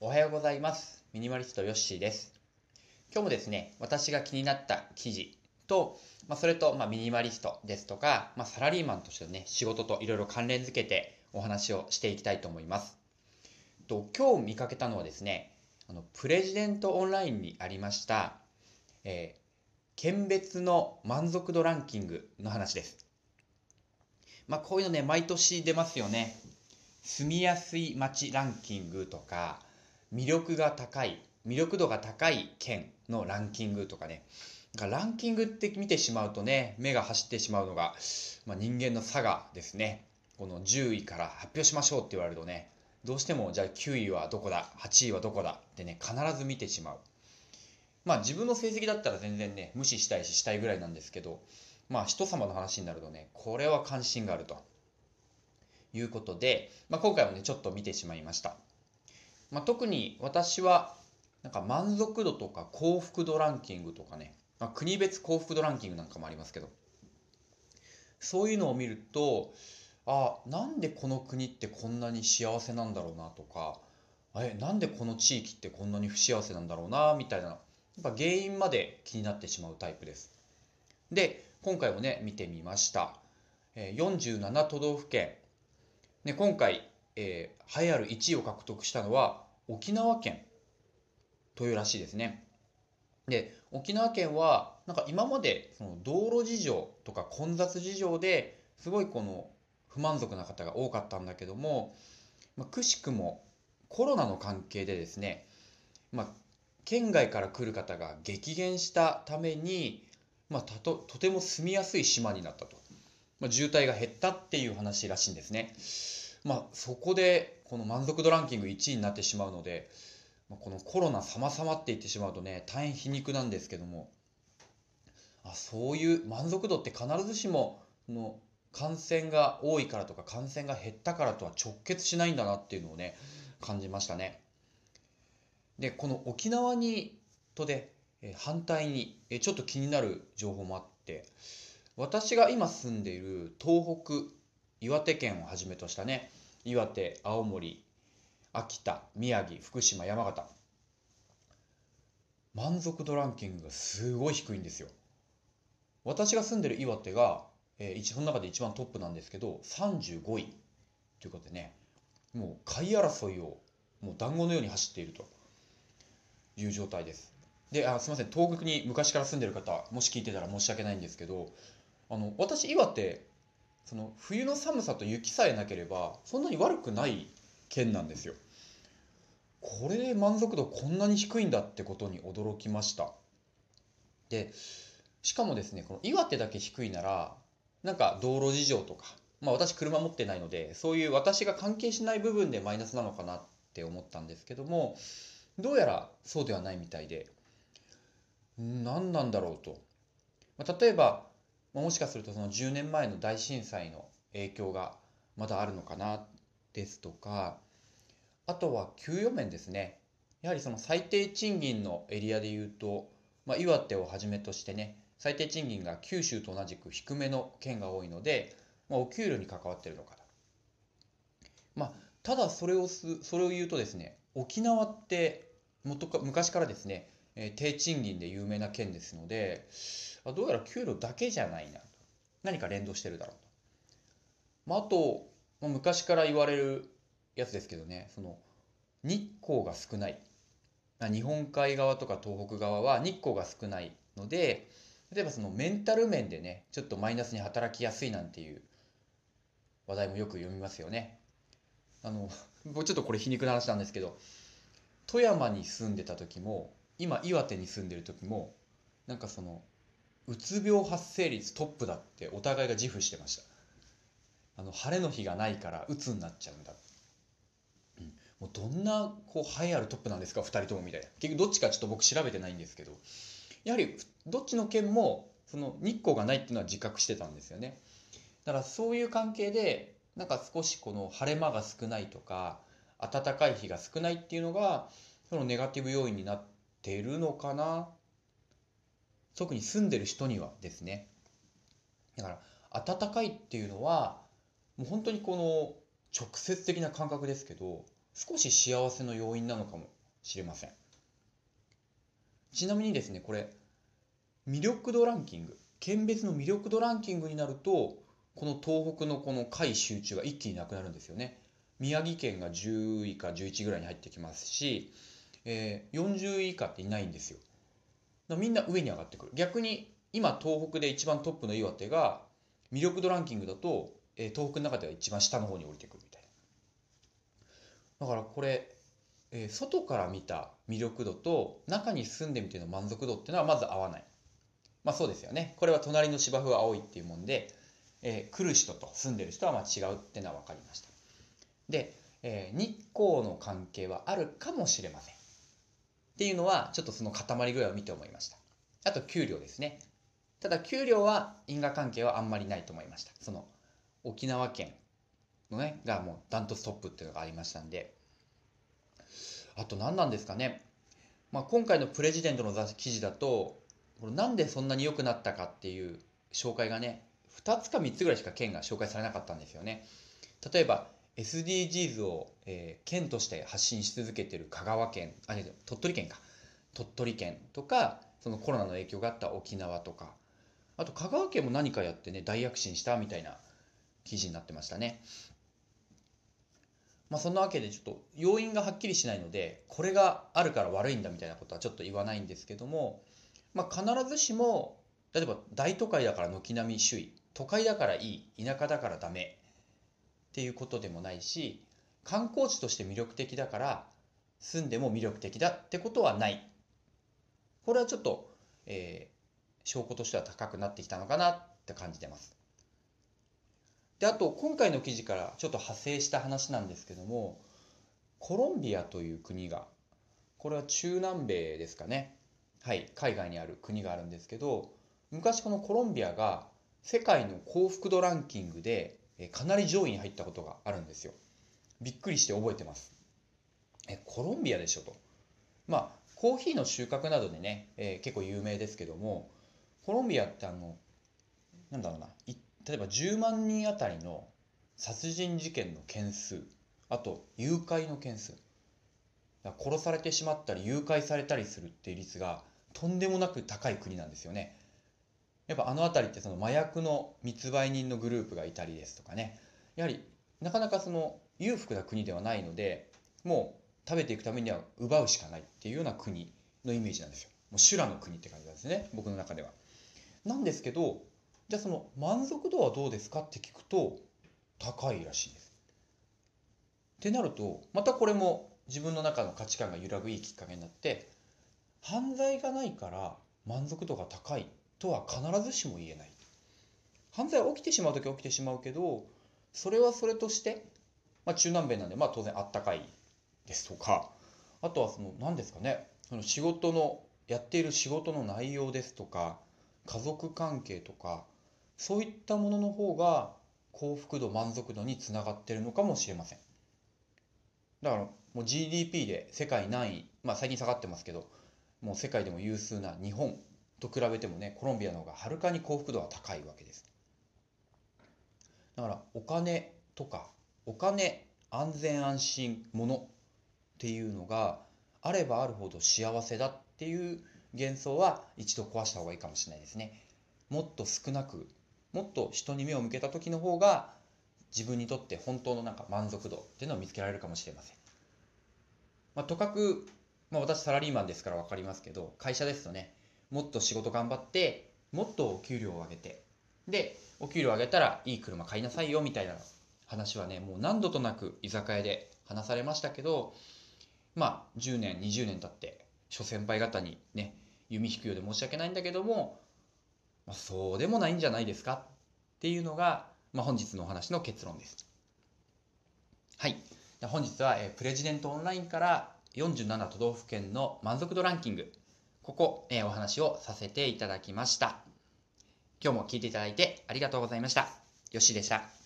おはようございます。ミニマリストヨッシーです。今日もですね、私が気になった記事と、それとミニマリストですとか、サラリーマンとしてのね、仕事といろいろ関連づけてお話をしていきたいと思います。今日見かけたのはですね、プレジデントオンラインにありました、県別の満足度ランキングの話です。こういうのね、毎年出ますよね。住みやすい街ランキングとか、魅力度が高い県のランキングとかね。ランキングって見てしまうとね、目が走ってしまうのが、人間の差がですね。この10位から発表しましょうって言われるとね、どうしてもじゃあ9位はどこだ、8位はどこだってね、必ず見てしまう。自分の成績だったら全然ね、無視したいししたいぐらいなんですけど、人様の話になるとね、これは関心があるということで、今回もね、ちょっと見てしまいました。特に私はなんか満足度とか幸福度ランキングとかね、国別幸福度ランキングなんかもありますけど、そういうのを見ると、なんでこの国ってこんなに幸せなんだろうなとか、なんでこの地域ってこんなに不幸せなんだろうなみたいな、やっぱ原因まで気になってしまうタイプです。で、今回もね、見てみました。47都道府県。ね、今回、栄えある1位を獲得したのは沖縄県というらしいですね。で、沖縄県はなんか今までその道路事情とか混雑事情ですごいこの不満足な方が多かったんだけども、くしくもコロナの関係でですね、県外から来る方が激減したために、とても住みやすい島になったと。渋滞が減ったっていう話らしいんですね。そこでこの満足度ランキング1位になってしまうので、このコロナ様々って言ってしまうとね、大変皮肉なんですけども、そういう満足度って必ずしもの感染が多いからとか感染が減ったからとは直結しないんだなっていうのをね、感じましたね。で、この沖縄にとで反対にちょっと気になる情報もあって、私が今住んでいる東北、岩手県をはじめとしたね、岩手、青森、秋田、宮城、福島、山形、満足度ランキングがすごい低いんですよ。私が住んでる岩手が、その中で一番トップなんですけど、35位ということでね、もう下位争いをもう団子のように走っているという状態です。で、すみません、東北に昔から住んでる方、もし聞いてたら申し訳ないんですけど、私、岩手、その冬の寒さと雪さえなければ、そんなに悪くない県なんですよ。これで満足度こんなに低いんだってことに驚きました。で、しかもですね、この岩手だけ低いなら、なんか道路事情とか、私車持ってないので、そういう私が関係しない部分でマイナスなのかなって思ったんですけども、どうやらそうではないみたいで、何なんだろうと。例えば、もしかするとその10年前の大震災の影響がまだあるのかなですとか、あとは給与面ですね。やはりその最低賃金のエリアで言うと、岩手をはじめとしてね、最低賃金が九州と同じく低めの県が多いので、お給料に関わっているのかな。まあ、ただそれを言うとですね、沖縄って昔からですね、低賃金で有名な県ですので、どうやら給料だけじゃないなと。何か連動してるだろうと。あと、昔から言われるやつですけどね、その日光が少ない。日本海側とか東北側は日光が少ないので、例えばそのメンタル面でね、ちょっとマイナスに働きやすいなんていう話題もよく読みますよね。僕ちょっとこれ皮肉な話なんですけど、富山に住んでた時も、今岩手に住んでる時も、なんかその、うつ病発生率トップだってお互いが自負してました。晴れの日がないから鬱になっちゃうんだ。もうどんな栄えあるトップなんですか2人ともみたいな。結局どっちかちょっと僕調べてないんですけど、やはりどっちの県もその日光がないっていうのは自覚してたんですよね。だからそういう関係でなんか少しこの晴れ間が少ないとか暖かい日が少ないっていうのがそのネガティブ要因になっているのかな。特に住んでる人にはですね。だから暖かいっていうのはもう本当にこの直接的な感覚ですけど、少し幸せの要因なのかもしれません。ちなみにですね、これ魅力度ランキング、県別の魅力度ランキングになると、この東北のこの下位集中が一気になくなるんですよね。宮城県が10位か11位ぐらいに入ってきますし、40位以下っていないんですよ。だからみんな上に上がってくる。逆に今東北で一番トップの岩手が魅力度ランキングだと、東北の中では一番下の方に降りてくるみたいな。だからこれ、外から見た魅力度と中に住んでみての満足度っていうのはまず合わない。まあそうですよね。これは隣の芝生は青いっていうもんで、来る人と住んでる人はまあ違うっていうのは分かりました。で、日光の関係はあるかもしれませんっていうのはちょっとその塊ぐらいを見て思いました。あと給料ですね。ただ給料は因果関係はあんまりないと思いました。その沖縄県のねがもうダントツトップっていうのがありましたんで。あと何なんですかね。まあ、今回のプレジデントの記事だと、これなんでそんなに良くなったかっていう紹介がね、2つか3つぐらいしか県が紹介されなかったんですよね。例えば SDGs を、県として発信し続けている香川県、鳥取県か。鳥取県とか、そのコロナの影響があった沖縄とか、あと香川県も何かやってね、大躍進したみたいな記事になってましたね。まあそんなわけでちょっと要因がはっきりしないので、これがあるから悪いんだみたいなことはちょっと言わないんですけども、まあ必ずしも、例えば大都会だから軒並み首位、都会だからいい、田舎だからダメっていうことでもないし、観光地として魅力的だから住んでも魅力的だってことはない。これはちょっと、証拠としては高くなってきたのかなって感じてます。で、あと今回の記事からちょっと派生した話なんですけども、コロンビアという国が、これは中南米ですかね。はい、海外にある国があるんですけど、昔このコロンビアが世界の幸福度ランキングでかなり上位に入ったことがあるんですよ。びっくりして覚えてます。コロンビアでしょと。まあ、コーヒーの収穫などでね、結構有名ですけども、コロンビアってなんだろうな、例えば10万人あたりの殺人事件の件数、あと誘拐の件数、殺されてしまったり誘拐されたりするっていう率がとんでもなく高い国なんですよね。やっぱあの辺りってその麻薬の密売人のグループがいたりですとかね、やはりなかなかその裕福な国ではないので、もう食べていくためには奪うしかないっていうような国のイメージなんですよ。もう修羅の国って感じなんですね、僕の中では。なんですけど、じゃあその満足度はどうですかって聞くと高いらしいです。ってなると、またこれも自分の中の価値観が揺らぐいいきっかけになって、犯罪がないから満足度が高いとは必ずしも言えない。犯罪は起きてしまうときは起きてしまうけど、それはそれとして、まあ、中南米なんで、まあ当然あったかいですとか、あとはその何ですかね、そのやっている仕事の内容ですとか、家族関係とか、そういったものの方が幸福度、満足度につながっているのかもしれません。だからもう GDP で世界何位、まあ最近下がってますけど、もう世界でも有数な日本と比べてもね、コロンビアの方がはるかに幸福度は高いわけです。だからお金とか、安全安心ものっていうのがあればあるほど幸せだっていう幻想は一度壊した方がいいかもしれないですね。もっと少なく、もっと人に目を向けた時の方が自分にとって本当のなんか満足度っていうのを見つけられるかもしれません。まあ、とかく、まあ、私サラリーマンですから分かりますけど、会社ですとね、もっと仕事頑張ってもっとお給料を上げて、でお給料を上げたらいい車買いなさいよみたいな話はね、もう何度となく居酒屋で話されましたけど、まあ10年20年経って諸先輩方にね弓引くようで申し訳ないんだけども、まあ、そうでもないんじゃないですかっていうのが、まあ、本日のお話の結論です。はい。本日はプレジデントオンラインから47都道府県の満足度ランキング、ここお話をさせていただきました。今日も聞いていただいてありがとうございました。よっしーでした。